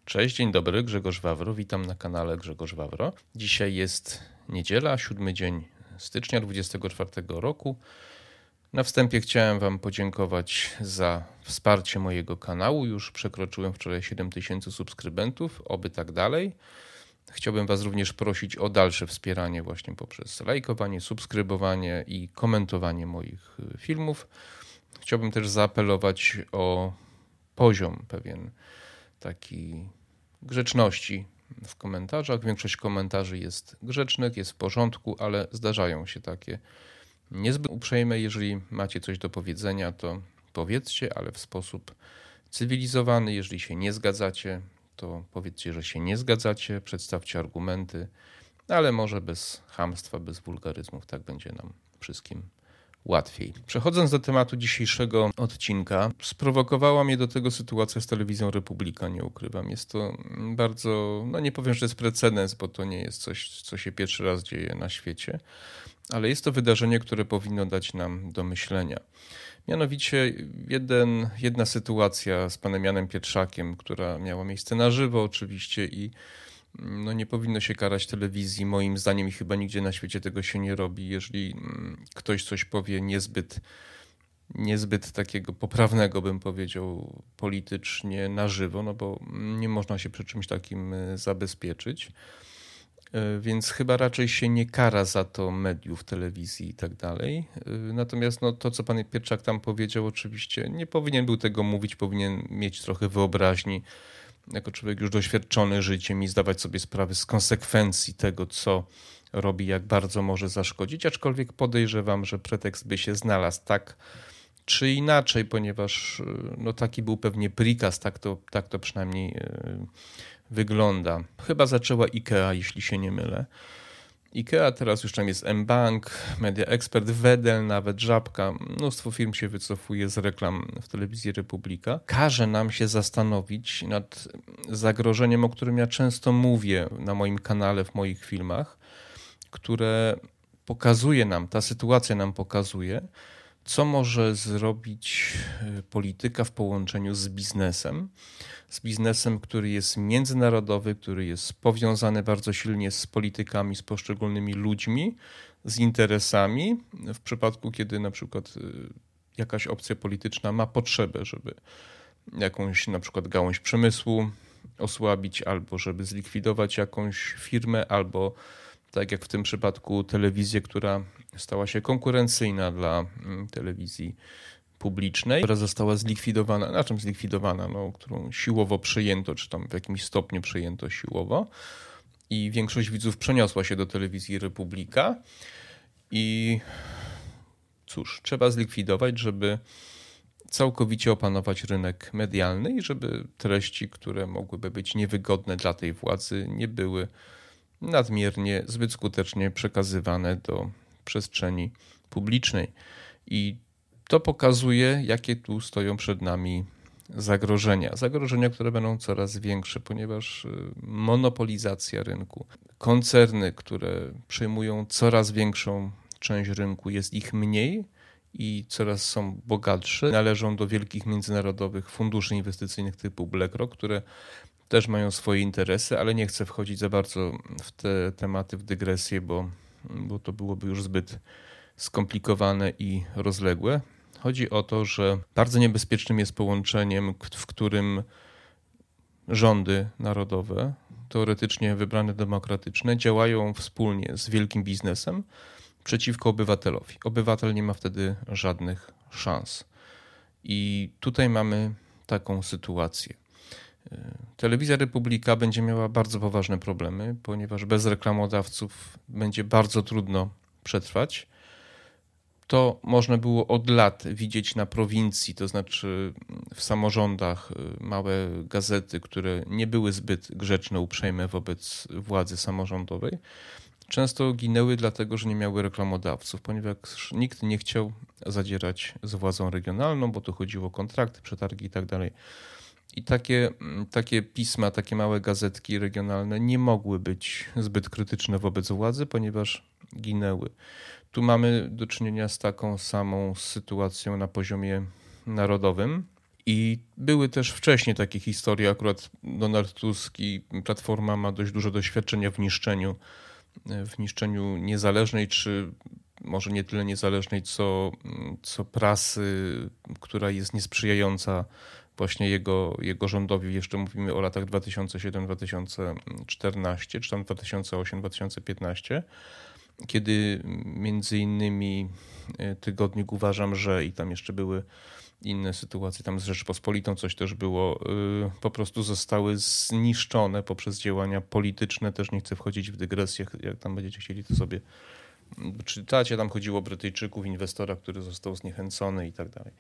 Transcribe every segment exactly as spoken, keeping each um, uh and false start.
Cześć, dzień dobry, Grzegorz Wawro, witam na kanale Grzegorz Wawro. Dzisiaj jest niedziela, siódmy dzień stycznia dwudziestego czwartego roku. Na wstępie chciałem Wam podziękować za wsparcie mojego kanału. Już przekroczyłem wczoraj siedem tysięcy subskrybentów, oby tak dalej. Chciałbym Was również prosić o dalsze wspieranie właśnie poprzez lajkowanie, subskrybowanie i komentowanie moich filmów. Chciałbym też zaapelować o poziom pewien taki grzeczności w komentarzach. Większość komentarzy jest grzecznych, jest w porządku, ale zdarzają się takie niezbyt uprzejme. Jeżeli macie coś do powiedzenia, to powiedzcie, ale w sposób cywilizowany. Jeżeli się nie zgadzacie, to powiedzcie, że się nie zgadzacie, przedstawcie argumenty, ale może bez chamstwa, bez wulgaryzmów, tak będzie nam wszystkim łatwiej. Przechodząc do tematu dzisiejszego odcinka, sprowokowała mnie do tego sytuacja z Telewizją Republika, nie ukrywam. Jest to bardzo, no nie powiem, że jest precedens, bo to nie jest coś, co się pierwszy raz dzieje na świecie, ale jest to wydarzenie, które powinno dać nam do myślenia. Mianowicie jeden, jedna sytuacja z panem Janem Pietrzakiem, która miała miejsce na żywo oczywiście i no nie powinno się karać telewizji, moim zdaniem, i chyba nigdzie na świecie tego się nie robi, jeżeli ktoś coś powie niezbyt, niezbyt takiego poprawnego, bym powiedział, politycznie na żywo, no bo nie można się przy czymś takim zabezpieczyć. Więc chyba raczej się nie kara za to mediów, telewizji i tak dalej. Natomiast no, to, co pan Pietrzak tam powiedział, oczywiście nie powinien był tego mówić, powinien mieć trochę wyobraźni, jako człowiek już doświadczony życiem i zdawać sobie sprawę z konsekwencji tego, co robi, jak bardzo może zaszkodzić, aczkolwiek podejrzewam, że pretekst by się znalazł tak czy inaczej, ponieważ no, taki był pewnie prikaz, tak to, tak to przynajmniej yy, wygląda. Chyba zaczęła IKEA, jeśli się nie mylę. IKEA, teraz już tam jest mBank, Media Expert, Wedel, nawet Żabka. Mnóstwo firm się wycofuje z reklam w Telewizji Republika. Każe nam się zastanowić nad zagrożeniem, o którym ja często mówię na moim kanale, w moich filmach, które pokazuje nam, ta sytuacja nam pokazuje, co może zrobić polityka w połączeniu z biznesem. Z biznesem, który jest międzynarodowy, który jest powiązany bardzo silnie z politykami, z poszczególnymi ludźmi, z interesami. W przypadku, kiedy na przykład jakaś opcja polityczna ma potrzebę, żeby jakąś na przykład gałąź przemysłu osłabić, albo żeby zlikwidować jakąś firmę, albo tak jak w tym przypadku telewizję, która stała się konkurencyjna dla telewizji publicznej, która została zlikwidowana, na czym zlikwidowana, no, którą siłowo przejęto, czy tam w jakimś stopniu przejęto siłowo i większość widzów przeniosła się do Telewizji Republika i cóż, trzeba zlikwidować, żeby całkowicie opanować rynek medialny i żeby treści, które mogłyby być niewygodne dla tej władzy, nie były nadmiernie, zbyt skutecznie przekazywane do przestrzeni publicznej. I to pokazuje, jakie tu stoją przed nami zagrożenia. Zagrożenia, które będą coraz większe, ponieważ monopolizacja rynku, koncerny, które przejmują coraz większą część rynku, jest ich mniej i coraz są bogatsze, należą do wielkich międzynarodowych funduszy inwestycyjnych typu BlackRock, które też mają swoje interesy, ale nie chcę wchodzić za bardzo w te tematy, w dygresję, bo, bo to byłoby już zbyt skomplikowane i rozległe. Chodzi o to, że bardzo niebezpiecznym jest połączeniem, w którym rządy narodowe, teoretycznie wybrane demokratyczne, działają wspólnie z wielkim biznesem przeciwko obywatelowi. Obywatel nie ma wtedy żadnych szans. I tutaj mamy taką sytuację. Telewizja Republika będzie miała bardzo poważne problemy, ponieważ bez reklamodawców będzie bardzo trudno przetrwać. To można było od lat widzieć na prowincji, to znaczy w samorządach, małe gazety, które nie były zbyt grzeczne, uprzejme wobec władzy samorządowej. Często ginęły dlatego, że nie miały reklamodawców, ponieważ nikt nie chciał zadzierać z władzą regionalną, bo tu chodziło o kontrakty, przetargi i tak dalej. I takie, takie pisma, takie małe gazetki regionalne nie mogły być zbyt krytyczne wobec władzy, ponieważ ginęły. Tu mamy do czynienia z taką samą sytuacją na poziomie narodowym. I były też wcześniej takie historie, akurat Donald Tusk i Platforma ma dość dużo doświadczenia w niszczeniu, w niszczeniu niezależnej, czy może nie tyle niezależnej, co, co prasy, która jest niesprzyjająca właśnie jego, jego rządowi. Jeszcze mówimy o latach dwa tysiące siódmy do dwa tysiące czternastego, czy tam dwa tysiące ósmy do dwa tysiące piętnastego, kiedy między innymi Tygodnik Uważam, że i tam jeszcze były inne sytuacje, tam z Rzeczpospolitą coś też było, po prostu zostały zniszczone poprzez działania polityczne. Też nie chcę wchodzić w dygresję, jak tam będziecie chcieli, to sobie czytacie. Tam chodziło o Brytyjczyków, inwestora, który został zniechęcony i tak dalej.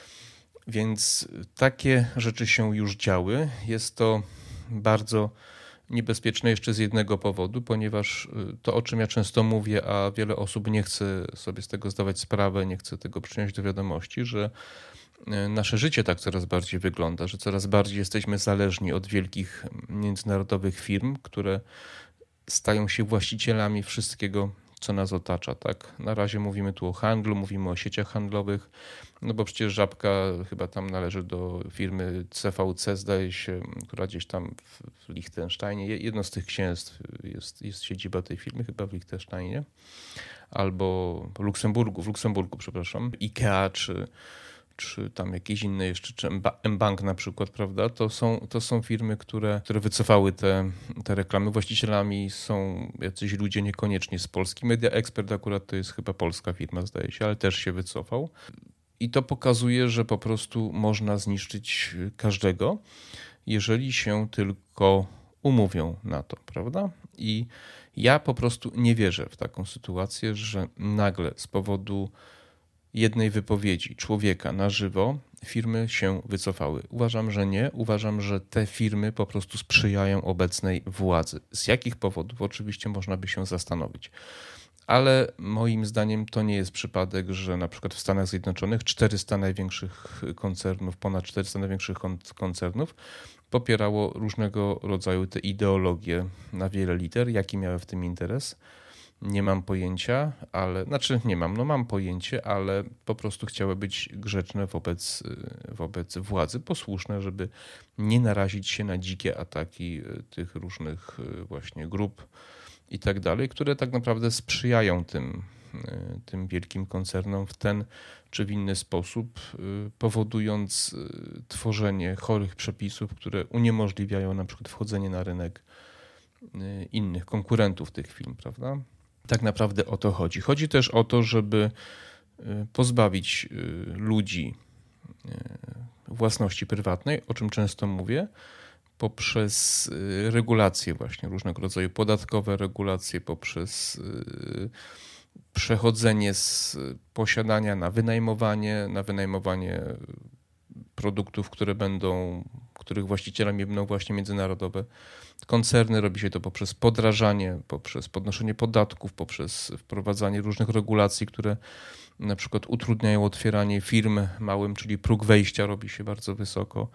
Więc takie rzeczy się już działy. Jest to bardzo niebezpieczne jeszcze z jednego powodu, ponieważ to, o czym ja często mówię, a wiele osób nie chce sobie z tego zdawać sprawę, nie chce tego przyjąć do wiadomości, że nasze życie tak coraz bardziej wygląda, że coraz bardziej jesteśmy zależni od wielkich międzynarodowych firm, które stają się właścicielami wszystkiego, co nas otacza. Tak? Na razie mówimy tu o handlu, mówimy o sieciach handlowych, no bo przecież Żabka chyba tam należy do firmy C V C, zdaje się, która gdzieś tam w Liechtensteinie, jedno z tych księstw jest, jest siedziba tej firmy, chyba w Liechtensteinie, albo w Luksemburgu, w Luksemburgu, przepraszam, IKEA, czy czy tam jakieś inne jeszcze, czy mBank na przykład, prawda, to są, to są firmy, które, które wycofały te, te reklamy. Właścicielami są jacyś ludzie niekoniecznie z Polski. Media Expert akurat to jest chyba polska firma, zdaje się, ale też się wycofał. I to pokazuje, że po prostu można zniszczyć każdego, jeżeli się tylko umówią na to, prawda? I ja po prostu nie wierzę w taką sytuację, że nagle z powodu jednej wypowiedzi człowieka na żywo firmy się wycofały. Uważam, że nie. Uważam, że te firmy po prostu sprzyjają obecnej władzy. Z jakich powodów? Oczywiście można by się zastanowić. Ale moim zdaniem to nie jest przypadek, że na przykład w Stanach Zjednoczonych czterysta największych koncernów, ponad czterysta największych koncernów popierało różnego rodzaju te ideologie na wiele liter. Jaki miały w tym interes? Nie mam pojęcia, ale, znaczy nie mam, no mam pojęcie, ale po prostu chciały być grzeczne wobec, wobec władzy, posłuszne, żeby nie narazić się na dzikie ataki tych różnych właśnie grup i tak dalej, które tak naprawdę sprzyjają tym, tym wielkim koncernom w ten czy w inny sposób, powodując tworzenie chorych przepisów, które uniemożliwiają na przykład wchodzenie na rynek innych konkurentów tych firm, prawda? Tak naprawdę o to chodzi. Chodzi też o to, żeby pozbawić ludzi własności prywatnej, o czym często mówię, poprzez regulacje właśnie różnego rodzaju podatkowe, regulacje poprzez przechodzenie z posiadania na wynajmowanie, na wynajmowanie produktów, które będą, których właścicielami będą właśnie międzynarodowe koncerny. Robi się to poprzez podrażanie, poprzez podnoszenie podatków, poprzez wprowadzanie różnych regulacji, które na przykład utrudniają otwieranie firm małym, czyli próg wejścia robi się bardzo wysoko.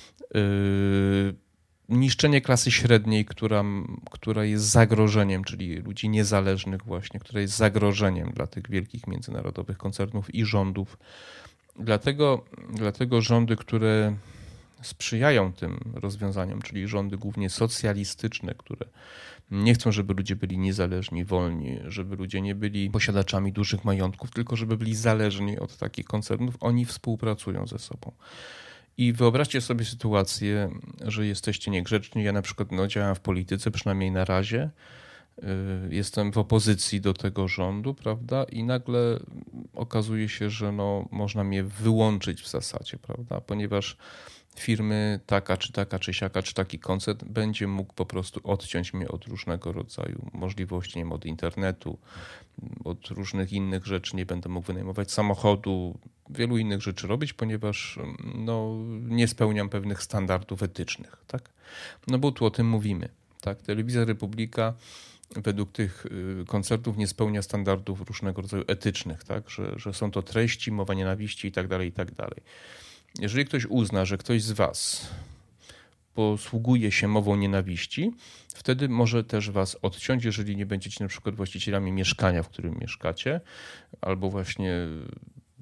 Yy, niszczenie klasy średniej, która, która jest zagrożeniem, czyli ludzi niezależnych właśnie, która jest zagrożeniem dla tych wielkich międzynarodowych koncernów i rządów. Dlatego, dlatego rządy, które sprzyjają tym rozwiązaniom, czyli rządy głównie socjalistyczne, które nie chcą, żeby ludzie byli niezależni, wolni, żeby ludzie nie byli posiadaczami dużych majątków, tylko żeby byli zależni od takich koncernów, oni współpracują ze sobą. I wyobraźcie sobie sytuację, że jesteście niegrzeczni. Ja na przykład no, działam w polityce, przynajmniej na razie. Jestem w opozycji do tego rządu, prawda? I nagle okazuje się, że no, można mnie wyłączyć w zasadzie, prawda? Ponieważ firmy taka, czy taka, czy siaka, czy taki koncert będzie mógł po prostu odciąć mnie od różnego rodzaju możliwości, nie wiem, od internetu, od różnych innych rzeczy. Nie będę mógł wynajmować samochodu, wielu innych rzeczy robić, ponieważ no, nie spełniam pewnych standardów etycznych, tak? No bo tu o tym mówimy, tak? Telewizja Republika według tych koncertów nie spełnia standardów różnego rodzaju etycznych, tak? Że, że są to treści, mowa nienawiści i tak dalej, i tak dalej. Jeżeli ktoś uzna, że ktoś z was posługuje się mową nienawiści, wtedy może też was odciąć, jeżeli nie będziecie na przykład właścicielami mieszkania, w którym mieszkacie, albo właśnie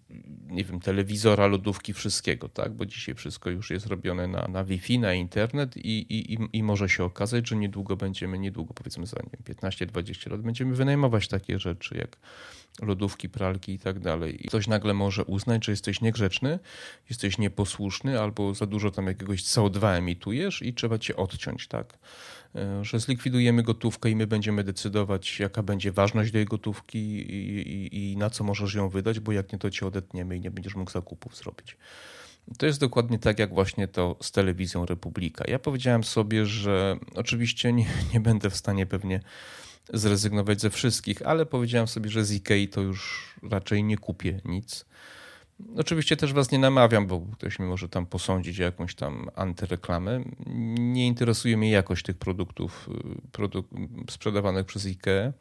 nie wiem, telewizora, lodówki, wszystkiego, tak? Bo dzisiaj wszystko już jest robione na, na Wi-Fi, na internet i, i, i, i może się okazać, że niedługo będziemy, niedługo powiedzmy za nie wiem, piętnaście dwadzieścia lat będziemy wynajmować takie rzeczy jak lodówki, pralki i tak dalej. I ktoś nagle może uznać, że jesteś niegrzeczny, jesteś nieposłuszny albo za dużo tam jakiegoś C O dwa emitujesz i trzeba cię odciąć, tak? Że zlikwidujemy gotówkę i my będziemy decydować, jaka będzie ważność tej gotówki i, i, i na co możesz ją wydać, bo jak nie, to cię odetniemy i nie będziesz mógł zakupów zrobić. To jest dokładnie tak, jak właśnie to z telewizją Republika. Ja powiedziałem sobie, że oczywiście nie, nie będę w stanie pewnie zrezygnować ze wszystkich, ale powiedziałem sobie, że z Ikei to już raczej nie kupię nic. Oczywiście też was nie namawiam, bo ktoś mi może tam posądzić jakąś tam antyreklamę. Nie interesuje mnie jakość tych produktów produk- sprzedawanych przez Ikea,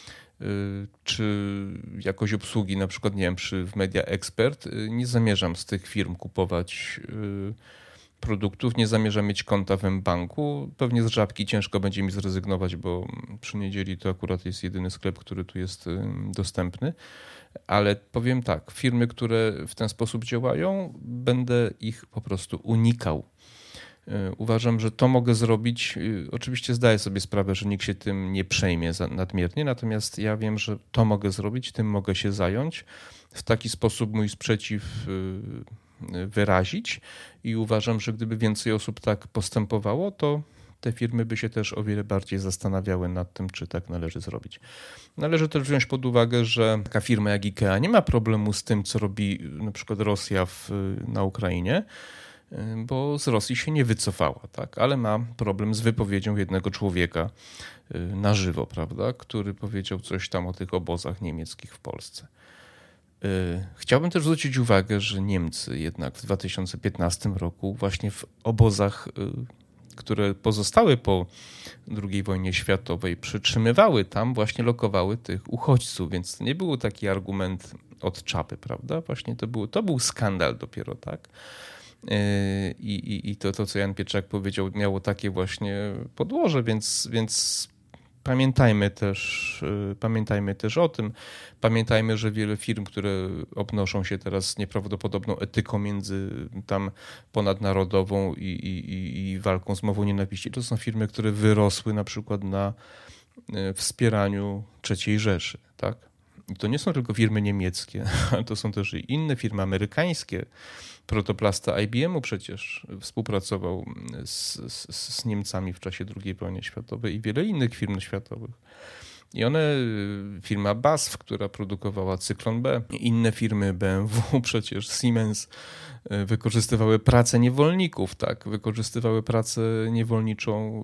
czy jakość obsługi, na przykład nie wiem, przy w Media Expert. Nie zamierzam z tych firm kupować produktów, nie zamierzam mieć konta w mBanku. Pewnie z Żabki ciężko będzie mi zrezygnować, bo przy niedzieli to akurat jest jedyny sklep, który tu jest dostępny. Ale powiem tak, firmy, które w ten sposób działają, będę ich po prostu unikał. Uważam, że to mogę zrobić. Oczywiście zdaję sobie sprawę, że nikt się tym nie przejmie nadmiernie, natomiast ja wiem, że to mogę zrobić, tym mogę się zająć. W taki sposób mój sprzeciw wyrazić i uważam, że gdyby więcej osób tak postępowało, to te firmy by się też o wiele bardziej zastanawiały nad tym, czy tak należy zrobić. Należy też wziąć pod uwagę, że taka firma jak Ikea nie ma problemu z tym, co robi na przykład Rosja w, na Ukrainie, bo z Rosji się nie wycofała, tak? Ale ma problem z wypowiedzią jednego człowieka na żywo, prawda? Który powiedział coś tam o tych obozach niemieckich w Polsce. Chciałbym też zwrócić uwagę, że Niemcy jednak w dwa tysiące piętnastym roku właśnie w obozach, które pozostały po drugiej wojnie światowej, przytrzymywały tam, właśnie lokowały tych uchodźców, więc to nie był taki argument od czapy, prawda? Właśnie to był, to był skandal dopiero, tak? I, i, i to, to, co Jan Pietrzak powiedział, miało takie właśnie podłoże, więc, więc pamiętajmy też, pamiętajmy też o tym. Pamiętajmy, że wiele firm, które obnoszą się teraz nieprawdopodobną etyką między tam ponadnarodową i, i, i walką z mową nienawiści, to są firmy, które wyrosły na przykład na wspieraniu trzeciej Rzeszy, tak? I to nie są tylko firmy niemieckie, ale to są też i inne firmy amerykańskie. Protoplasta I B M-u przecież współpracował z, z, z Niemcami w czasie drugiej wojny światowej i wiele innych firm światowych. I one, firma B A S F, która produkowała Cyklon B, inne firmy B M W, przecież Siemens, wykorzystywały pracę niewolników, tak, wykorzystywały pracę niewolniczą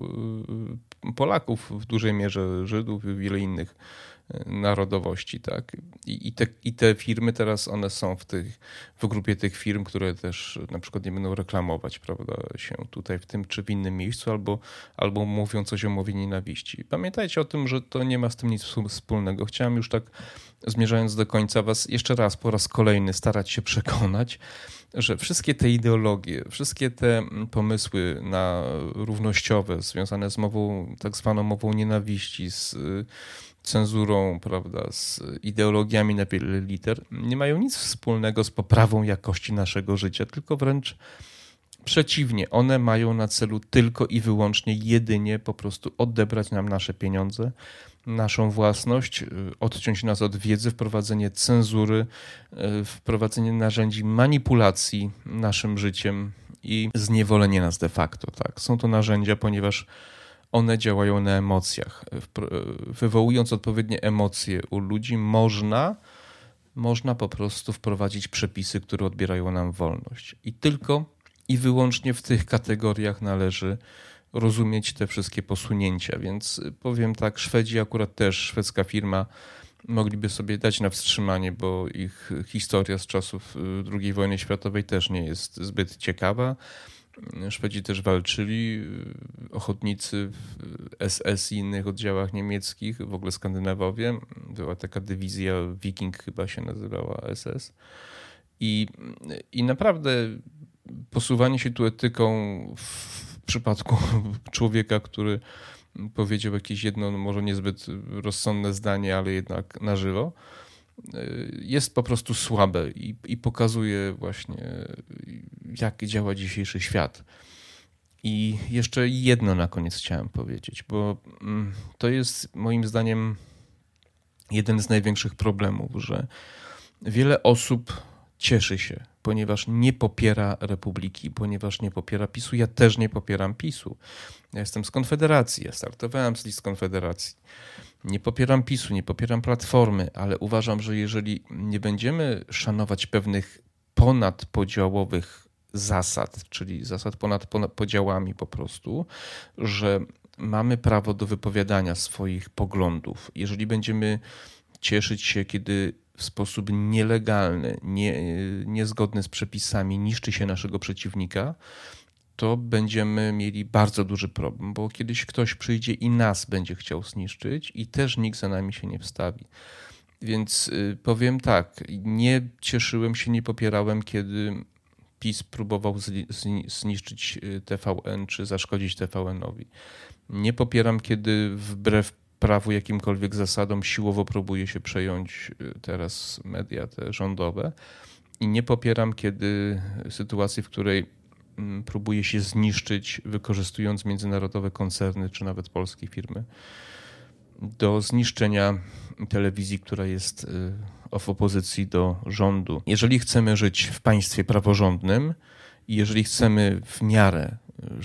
Polaków, w dużej mierze Żydów i wiele innych narodowości, tak. I, i, te, I te firmy teraz, one są w, tych, w grupie tych firm, które też na przykład nie będą reklamować, prawda, się tutaj w tym czy w innym miejscu, albo, albo mówią coś o mowie nienawiści. Pamiętajcie o tym, że to nie ma z tym nic wspólnego. Chciałem już tak, zmierzając do końca, was jeszcze raz, po raz kolejny starać się przekonać, że wszystkie te ideologie, wszystkie te pomysły na równościowe, związane z mową, tak zwaną mową nienawiści, z cenzurą, prawda, z ideologiami na wiele liter, nie mają nic wspólnego z poprawą jakości naszego życia, tylko wręcz przeciwnie. One mają na celu tylko i wyłącznie, jedynie po prostu odebrać nam nasze pieniądze, naszą własność, odciąć nas od wiedzy, wprowadzenie cenzury, wprowadzenie narzędzi manipulacji naszym życiem i zniewolenie nas de facto. Tak. Są to narzędzia, ponieważ one działają na emocjach. Wywołując odpowiednie emocje u ludzi, można, można po prostu wprowadzić przepisy, które odbierają nam wolność. I tylko i wyłącznie w tych kategoriach należy rozumieć te wszystkie posunięcia. Więc powiem tak, Szwedzi akurat też, szwedzka firma, mogliby sobie dać na wstrzymanie, bo ich historia z czasów drugiej wojny światowej też nie jest zbyt ciekawa. Szwedzi też walczyli, ochotnicy w S S i innych oddziałach niemieckich, w ogóle Skandynawowie. Była taka dywizja Wiking, chyba się nazywała S S. I, i naprawdę posuwanie się tu etyką w przypadku człowieka, który powiedział jakieś jedno, no może niezbyt rozsądne zdanie, ale jednak na żywo, jest po prostu słabe i, i pokazuje właśnie, jak działa dzisiejszy świat. I jeszcze jedno na koniec chciałem powiedzieć, bo to jest moim zdaniem jeden z największych problemów, że wiele osób cieszy się, ponieważ nie popiera Republiki, ponieważ nie popiera PiSu. Ja też nie popieram PiSu. Ja jestem z Konfederacji, ja startowałem z list Konfederacji. Nie popieram PiSu, nie popieram Platformy, ale uważam, że jeżeli nie będziemy szanować pewnych ponadpodziałowych zasad, czyli zasad ponad, ponad podziałami po prostu, że mamy prawo do wypowiadania swoich poglądów. Jeżeli będziemy cieszyć się, kiedy w sposób nielegalny, nie, niezgodny z przepisami niszczy się naszego przeciwnika, to będziemy mieli bardzo duży problem, bo kiedyś ktoś przyjdzie i nas będzie chciał zniszczyć i też nikt za nami się nie wstawi. Więc powiem tak, nie cieszyłem się, nie popierałem, kiedy PiS próbował zniszczyć T V N czy zaszkodzić T V N-owi. Nie popieram, kiedy wbrew prawu jakimkolwiek zasadom siłowo próbuje się przejąć teraz media te rządowe. I nie popieram, kiedy sytuacji, w której próbuje się zniszczyć, wykorzystując międzynarodowe koncerny czy nawet polskie firmy, do zniszczenia telewizji, która jest w opozycji do rządu. Jeżeli chcemy żyć w państwie praworządnym i jeżeli chcemy w miarę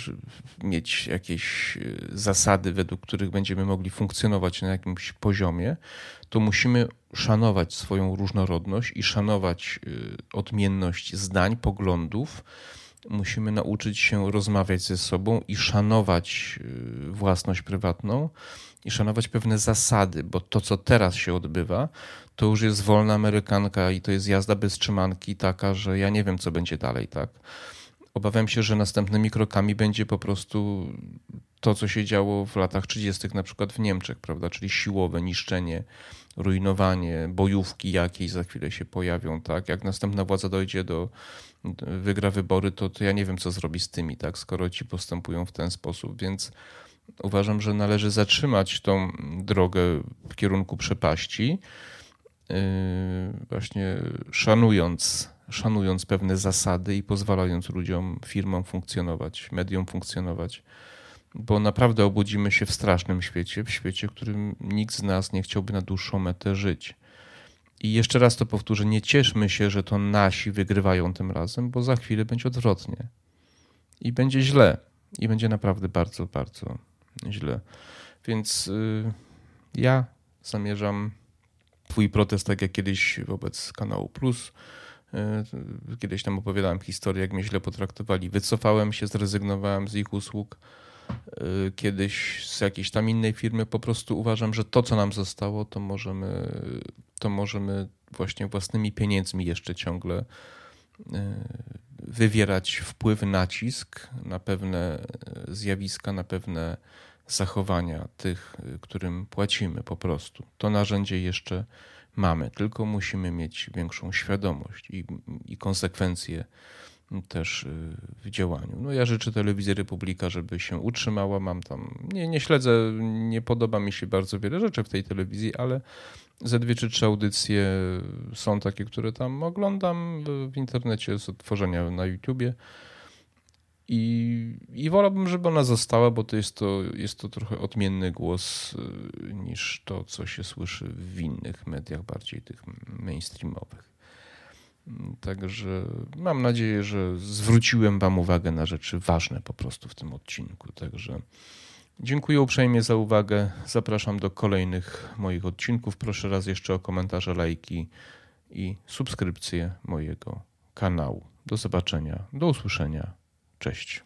mieć jakieś zasady, według których będziemy mogli funkcjonować na jakimś poziomie, to musimy szanować swoją różnorodność i szanować odmienność zdań, poglądów. Musimy nauczyć się rozmawiać ze sobą i szanować własność prywatną i szanować pewne zasady, bo to, co teraz się odbywa, to już jest wolna amerykanka i to jest jazda bez trzymanki taka, że ja nie wiem, co będzie dalej, tak? Obawiam się, że następnymi krokami będzie po prostu to, co się działo w latach trzydziestych na przykład w Niemczech, prawda? Czyli siłowe niszczenie, rujnowanie, bojówki jakieś za chwilę się pojawią, tak? Jak następna władza dojdzie do, wygra wybory, to, to ja nie wiem, co zrobi z tymi, tak? Skoro ci postępują w ten sposób, więc uważam, że należy zatrzymać tą drogę w kierunku przepaści, yy, właśnie szanując, szanując pewne zasady i pozwalając ludziom, firmom funkcjonować, mediom funkcjonować, bo naprawdę obudzimy się w strasznym świecie, w świecie, w którym nikt z nas nie chciałby na dłuższą metę żyć. I jeszcze raz to powtórzę, nie cieszmy się, że to nasi wygrywają tym razem, bo za chwilę będzie odwrotnie. I będzie źle. I będzie naprawdę bardzo, bardzo źle. Więc yy, ja zamierzam twój protest, tak jak kiedyś wobec Kanału Plus. Yy, kiedyś tam opowiadałem historię, jak mnie źle potraktowali. Wycofałem się, zrezygnowałem z ich usług. Yy, kiedyś z jakiejś tam innej firmy. Po prostu uważam, że to, co nam zostało, to możemy, to możemy właśnie własnymi pieniędzmi jeszcze ciągle yy, wywierać wpływ, nacisk na pewne zjawiska, na pewne zachowania tych, którym płacimy po prostu. To narzędzie jeszcze mamy, tylko musimy mieć większą świadomość i, i konsekwencje też w działaniu. No ja życzę Telewizji Republika, żeby się utrzymała. Mam tam, nie, nie śledzę, nie podoba mi się bardzo wiele rzeczy w tej telewizji, ale ze dwie czy trzy audycje są takie, które tam oglądam w internecie z odtworzenia na YouTubie i, i wolałbym, żeby ona została, bo to jest, to jest to trochę odmienny głos niż to, co się słyszy w innych mediach, bardziej tych mainstreamowych. Także mam nadzieję, że zwróciłem wam uwagę na rzeczy ważne po prostu w tym odcinku. Także dziękuję uprzejmie za uwagę. Zapraszam do kolejnych moich odcinków. Proszę raz jeszcze o komentarze, lajki i subskrypcję mojego kanału. Do zobaczenia, do usłyszenia. Cześć.